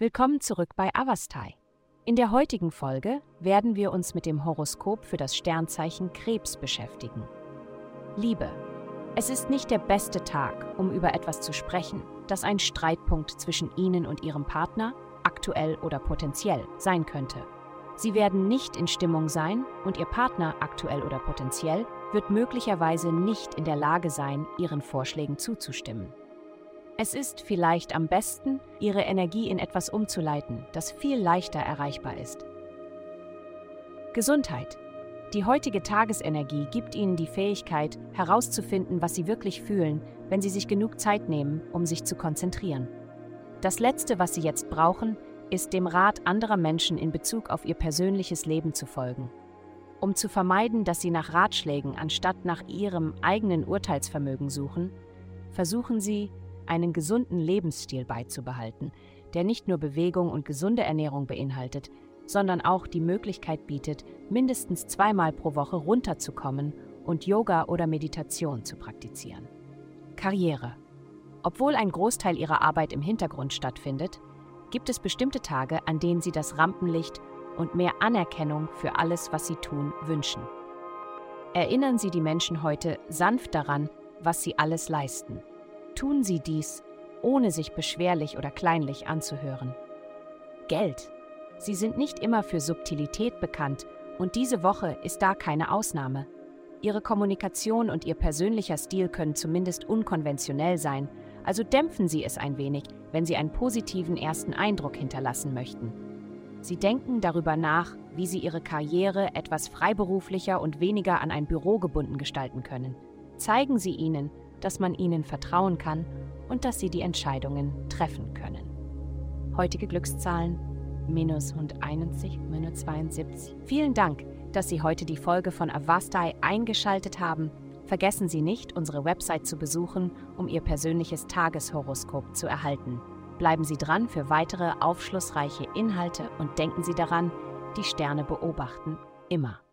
Willkommen zurück bei Avastai. In der heutigen Folge werden wir uns mit dem Horoskop für das Sternzeichen Krebs beschäftigen. Liebe. Es ist nicht der beste Tag, um über etwas zu sprechen, das ein Streitpunkt zwischen Ihnen und Ihrem Partner, aktuell oder potenziell, sein könnte. Sie werden nicht in Stimmung sein und Ihr Partner, aktuell oder potenziell, wird möglicherweise nicht in der Lage sein, Ihren Vorschlägen zuzustimmen. Es ist vielleicht am besten, Ihre Energie in etwas umzuleiten, das viel leichter erreichbar ist. Gesundheit. Die heutige Tagesenergie gibt Ihnen die Fähigkeit, herauszufinden, was Sie wirklich fühlen, wenn Sie sich genug Zeit nehmen, um sich zu konzentrieren. Das Letzte, was Sie jetzt brauchen, ist dem Rat anderer Menschen in Bezug auf Ihr persönliches Leben zu folgen. Um zu vermeiden, dass Sie nach Ratschlägen anstatt nach Ihrem eigenen Urteilsvermögen suchen, versuchen Sie, einen gesunden Lebensstil beizubehalten, der nicht nur Bewegung und gesunde Ernährung beinhaltet, sondern auch die Möglichkeit bietet, mindestens 2-mal pro Woche runterzukommen und Yoga oder Meditation zu praktizieren. Karriere. Obwohl ein Großteil Ihrer Arbeit im Hintergrund stattfindet, gibt es bestimmte Tage, an denen Sie das Rampenlicht und mehr Anerkennung für alles, was Sie tun, wünschen. Erinnern Sie die Menschen heute sanft daran, was sie alles leisten. Tun Sie dies, ohne sich beschwerlich oder kleinlich anzuhören. Geld. Sie sind nicht immer für Subtilität bekannt und diese Woche ist da keine Ausnahme. Ihre Kommunikation und Ihr persönlicher Stil können zumindest unkonventionell sein, also dämpfen Sie es ein wenig, wenn Sie einen positiven ersten Eindruck hinterlassen möchten. Sie denken darüber nach, wie Sie Ihre Karriere etwas freiberuflicher und weniger an ein Büro gebunden gestalten können. Zeigen Sie ihnen, dass man ihnen vertrauen kann und dass sie die Entscheidungen treffen können. Heutige Glückszahlen -171, -72. Vielen Dank, dass Sie heute die Folge von Avastai eingeschaltet haben. Vergessen Sie nicht, unsere Website zu besuchen, um Ihr persönliches Tageshoroskop zu erhalten. Bleiben Sie dran für weitere aufschlussreiche Inhalte und denken Sie daran, die Sterne beobachten immer.